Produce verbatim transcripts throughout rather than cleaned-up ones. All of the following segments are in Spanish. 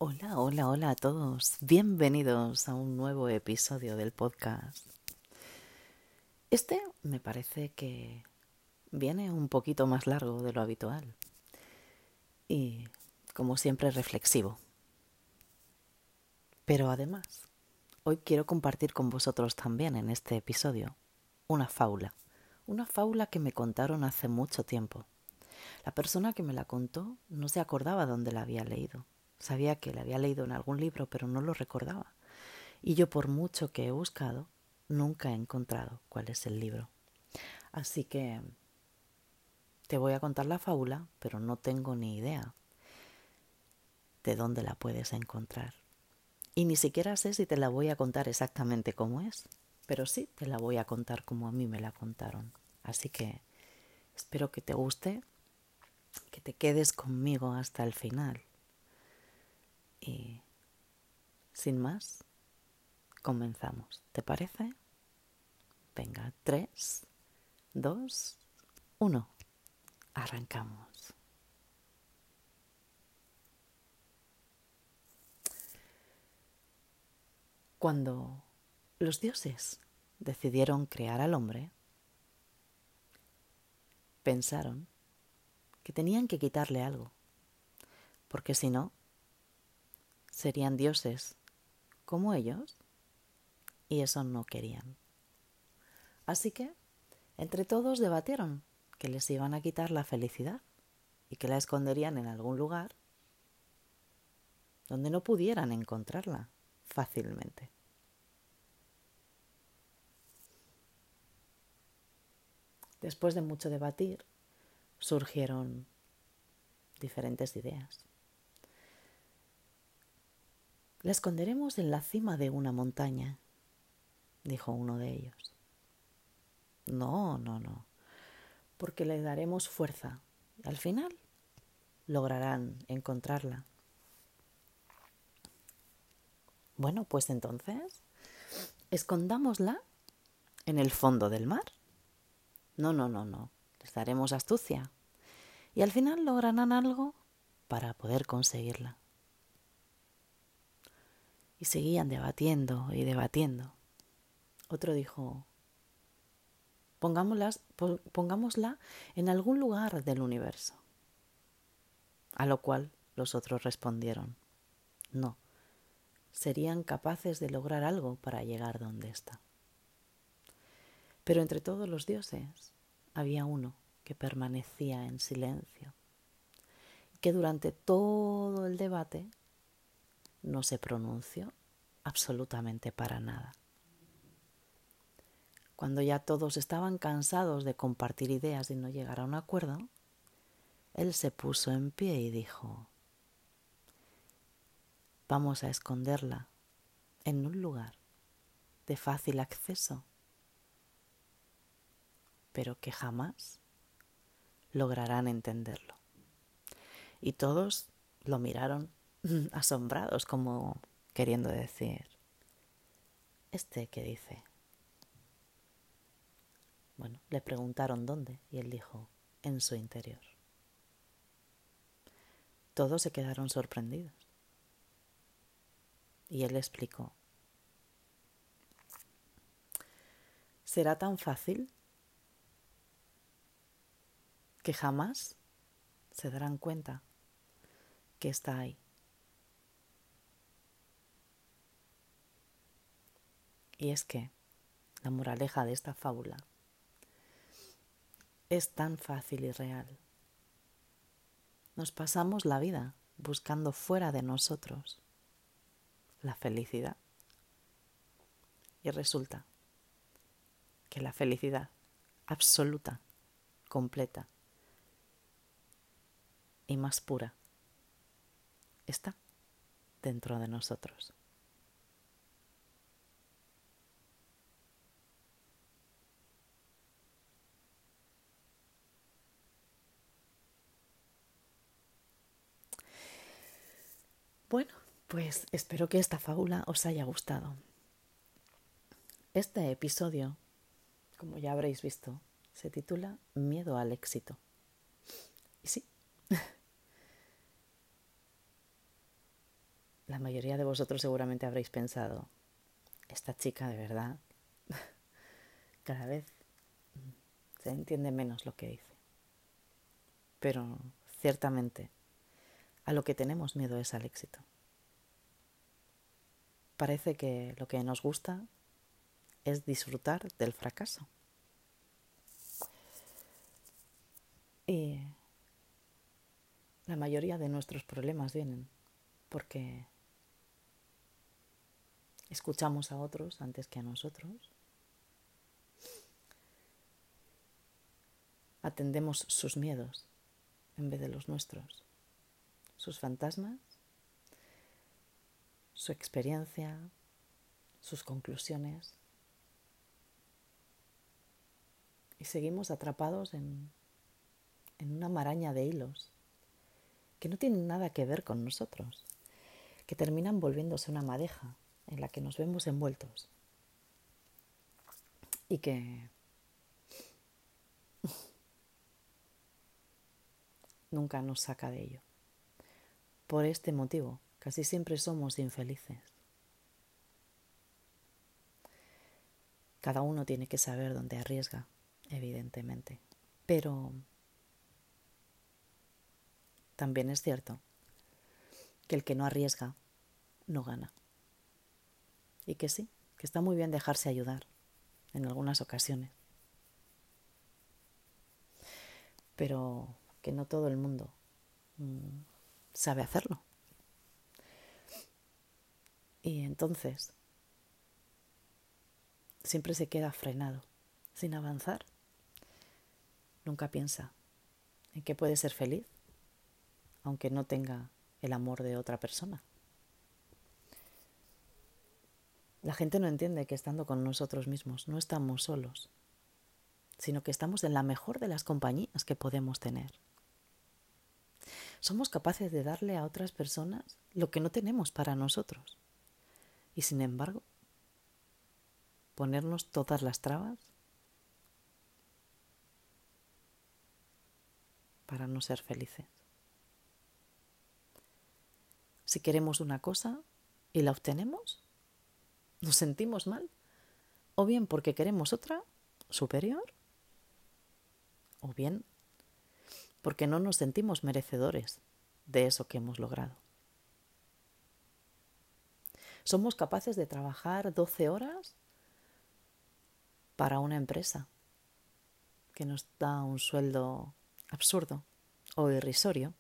Hola, hola, hola a todos. Bienvenidos a un nuevo episodio del podcast. Este me parece que viene un poquito más largo de lo habitual y, como siempre, reflexivo. Pero además, hoy quiero compartir con vosotros también en este episodio una fábula. Una fábula que me contaron hace mucho tiempo. La persona que me la contó no se acordaba dónde la había leído. Sabía que la había leído en algún libro, pero no lo recordaba. Y yo, por mucho que he buscado, nunca he encontrado cuál es el libro. Así que te voy a contar la fábula, pero no tengo ni idea de dónde la puedes encontrar. Y ni siquiera sé si te la voy a contar exactamente como es, pero sí te la voy a contar como a mí me la contaron. Así que espero que te guste, que te quedes conmigo hasta el final. Y sin más, comenzamos. ¿Te parece? Venga, tres, dos, uno. Arrancamos. Cuando los dioses decidieron crear al hombre, pensaron que tenían que quitarle algo, porque si no, serían dioses como ellos, y eso no querían. Así que, entre todos debatieron que les iban a quitar la felicidad y que la esconderían en algún lugar donde no pudieran encontrarla fácilmente. Después de mucho debatir, surgieron diferentes ideas. La esconderemos en la cima de una montaña, dijo uno de ellos. No, no, no, porque le daremos fuerza y al final lograrán encontrarla. Bueno, pues entonces, escondámosla en el fondo del mar. No, no, no, no, les daremos astucia y al final lograrán algo para poder conseguirla. Y seguían debatiendo y debatiendo. Otro dijo, pongámosla, pongámosla en algún lugar del universo. A lo cual los otros respondieron, no, serían capaces de lograr algo para llegar donde está. Pero entre todos los dioses había uno que permanecía en silencio, que durante todo el debate no se pronunció absolutamente para nada. Cuando ya todos estaban cansados de compartir ideas y no llegar a un acuerdo, él se puso en pie y dijo, vamos a esconderla en un lugar de fácil acceso, pero que jamás lograrán entenderlo. Y todos lo miraron asombrados, como queriendo decir, ¿este qué dice? Bueno, le preguntaron dónde y él dijo, en su interior. Todos se quedaron sorprendidos. Y él explicó, ¿será tan fácil que jamás se darán cuenta que está ahí? Y es que la moraleja de esta fábula es tan fácil y real. Nos pasamos la vida buscando fuera de nosotros la felicidad. Y resulta que la felicidad absoluta, completa y más pura está dentro de nosotros. Bueno, pues espero que esta fábula os haya gustado. Este episodio, como ya habréis visto, se titula Miedo al éxito. Y sí, la mayoría de vosotros seguramente habréis pensado, esta chica de verdad cada vez se entiende menos lo que dice. Pero ciertamente a lo que tenemos miedo es al éxito. Parece que lo que nos gusta es disfrutar del fracaso. Y la mayoría de nuestros problemas vienen porque escuchamos a otros antes que a nosotros. Atendemos sus miedos en vez de los nuestros, sus fantasmas, su experiencia, sus conclusiones. Y seguimos atrapados en, en una maraña de hilos que no tienen nada que ver con nosotros, que terminan volviéndose una madeja en la que nos vemos envueltos y que nunca nos saca de ello. Por este motivo, casi siempre somos infelices. Cada uno tiene que saber dónde arriesga, evidentemente. Pero también es cierto que el que no arriesga no gana. Y que sí, que está muy bien dejarse ayudar en algunas ocasiones. Pero que no todo el mundo mmm, sabe hacerlo. Y entonces siempre se queda frenado, sin avanzar. Nunca piensa en que puede ser feliz, aunque no tenga el amor de otra persona. La gente no entiende que estando con nosotros mismos no estamos solos, sino que estamos en la mejor de las compañías que podemos tener. Somos capaces de darle a otras personas lo que no tenemos para nosotros. Y sin embargo, ponernos todas las trabas para no ser felices. Si queremos una cosa y la obtenemos, nos sentimos mal, o bien porque queremos otra superior, o bien porque no nos sentimos merecedores de eso que hemos logrado. Somos capaces de trabajar doce horas para una empresa que nos da un sueldo absurdo o irrisorio,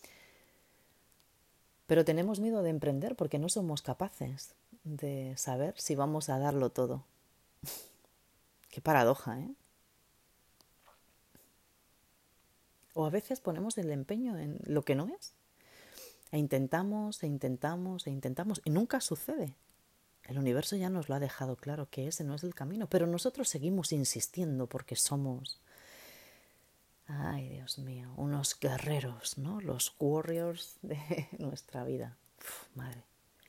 pero tenemos miedo de emprender porque no somos capaces de saber si vamos a darlo todo. Qué paradoja, ¿eh? O a veces ponemos el empeño en lo que no es. E intentamos, e intentamos, e intentamos, y nunca sucede. El universo ya nos lo ha dejado claro que ese no es el camino, pero nosotros seguimos insistiendo porque somos, ay Dios mío, unos guerreros, ¿no? Los warriors de nuestra vida. Uf, madre.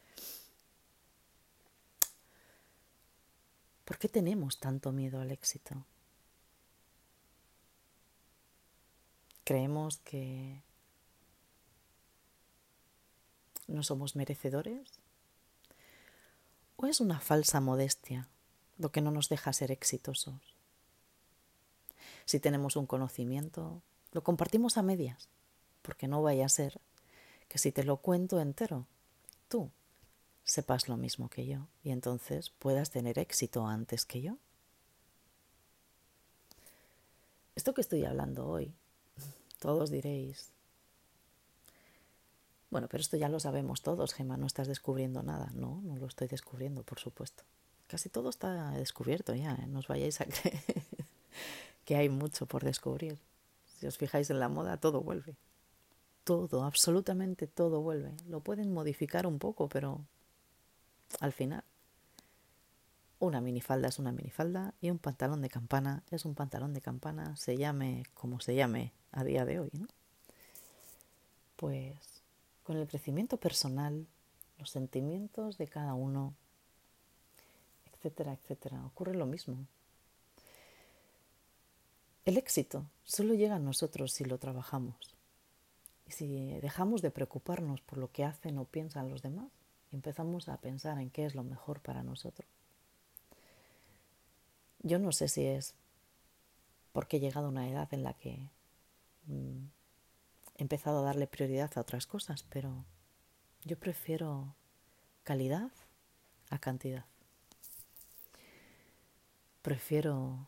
¿Por qué tenemos tanto miedo al éxito? ¿Creemos que no somos merecedores? ¿O es una falsa modestia lo que no nos deja ser exitosos? Si tenemos un conocimiento, lo compartimos a medias, porque no vaya a ser que si te lo cuento entero, tú sepas lo mismo que yo y entonces puedas tener éxito antes que yo. Esto que estoy hablando hoy, todos diréis, bueno, pero esto ya lo sabemos todos, Gemma, no estás descubriendo nada. No, no lo estoy descubriendo, por supuesto. Casi todo está descubierto ya, ¿eh? No os vayáis a creer que hay mucho por descubrir. Si os fijáis en la moda, todo vuelve. Todo, absolutamente todo vuelve. Lo pueden modificar un poco, pero al final una minifalda es una minifalda y un pantalón de campana es un pantalón de campana, se llame como se llame a día de hoy, ¿no? Pues con el crecimiento personal, los sentimientos de cada uno, etcétera, etcétera, ocurre lo mismo. El éxito solo llega a nosotros si lo trabajamos. Y si dejamos de preocuparnos por lo que hacen o piensan los demás, y empezamos a pensar en qué es lo mejor para nosotros. Yo no sé si es porque he llegado a una edad en la que mmm, he empezado a darle prioridad a otras cosas, pero yo prefiero calidad a cantidad. Prefiero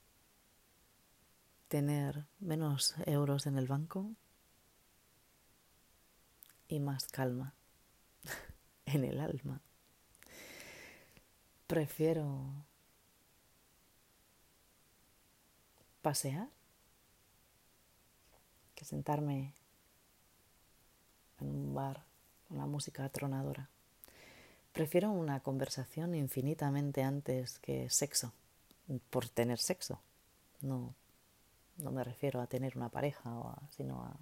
tener menos euros en el banco y más calma en el alma. Prefiero pasear que sentarme en un bar con la música atronadora. Prefiero una conversación infinitamente antes que sexo, por tener sexo. No, no me refiero a tener una pareja, o a, sino a,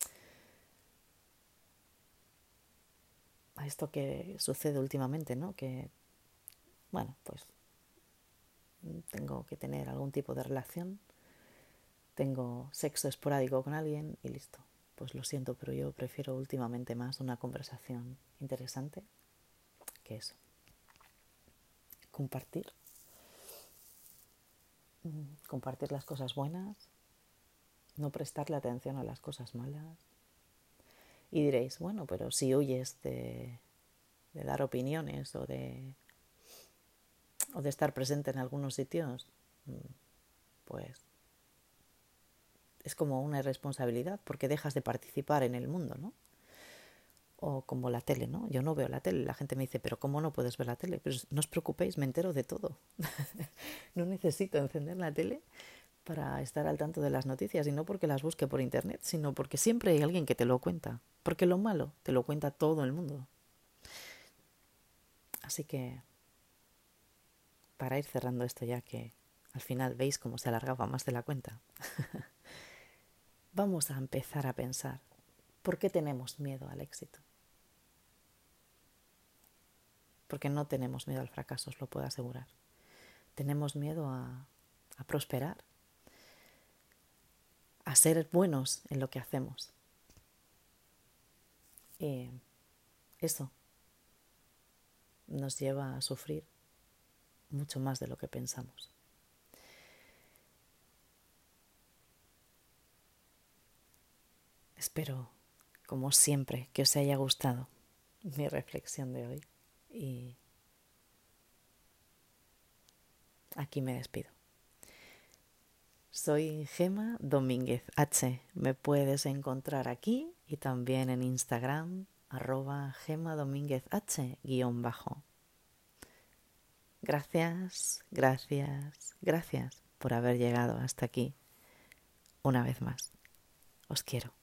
a esto que sucede últimamente, ¿no? Que, bueno, pues tengo que tener algún tipo de relación, tengo sexo esporádico con alguien y listo. Pues lo siento, pero yo prefiero últimamente más una conversación interesante que eso. Compartir. Compartir las cosas buenas, no prestarle atención a las cosas malas. Y diréis, bueno, pero si huyes de, de dar opiniones o de, o de estar presente en algunos sitios, pues es como una irresponsabilidad porque dejas de participar en el mundo, ¿no? O como la tele, ¿no? Yo no veo la tele. La gente me dice, pero ¿cómo no puedes ver la tele? Pues no os preocupéis, me entero de todo. No necesito encender la tele para estar al tanto de las noticias, y no porque las busque por internet, sino porque siempre hay alguien que te lo cuenta. Porque lo malo te lo cuenta todo el mundo. Así que, para ir cerrando esto ya que al final veis cómo se alargaba más de la cuenta, vamos a empezar a pensar, ¿por qué tenemos miedo al éxito? Porque no tenemos miedo al fracaso, os lo puedo asegurar. Tenemos miedo a, a prosperar, a ser buenos en lo que hacemos. Y eso nos lleva a sufrir mucho más de lo que pensamos. Espero, como siempre, que os haya gustado mi reflexión de hoy y aquí me despido. Soy Gema Domínguez H. Me puedes encontrar aquí y también en Instagram, arroba Gema Domínguez H guión bajo. Gracias, gracias, gracias por haber llegado hasta aquí una vez más. Os quiero.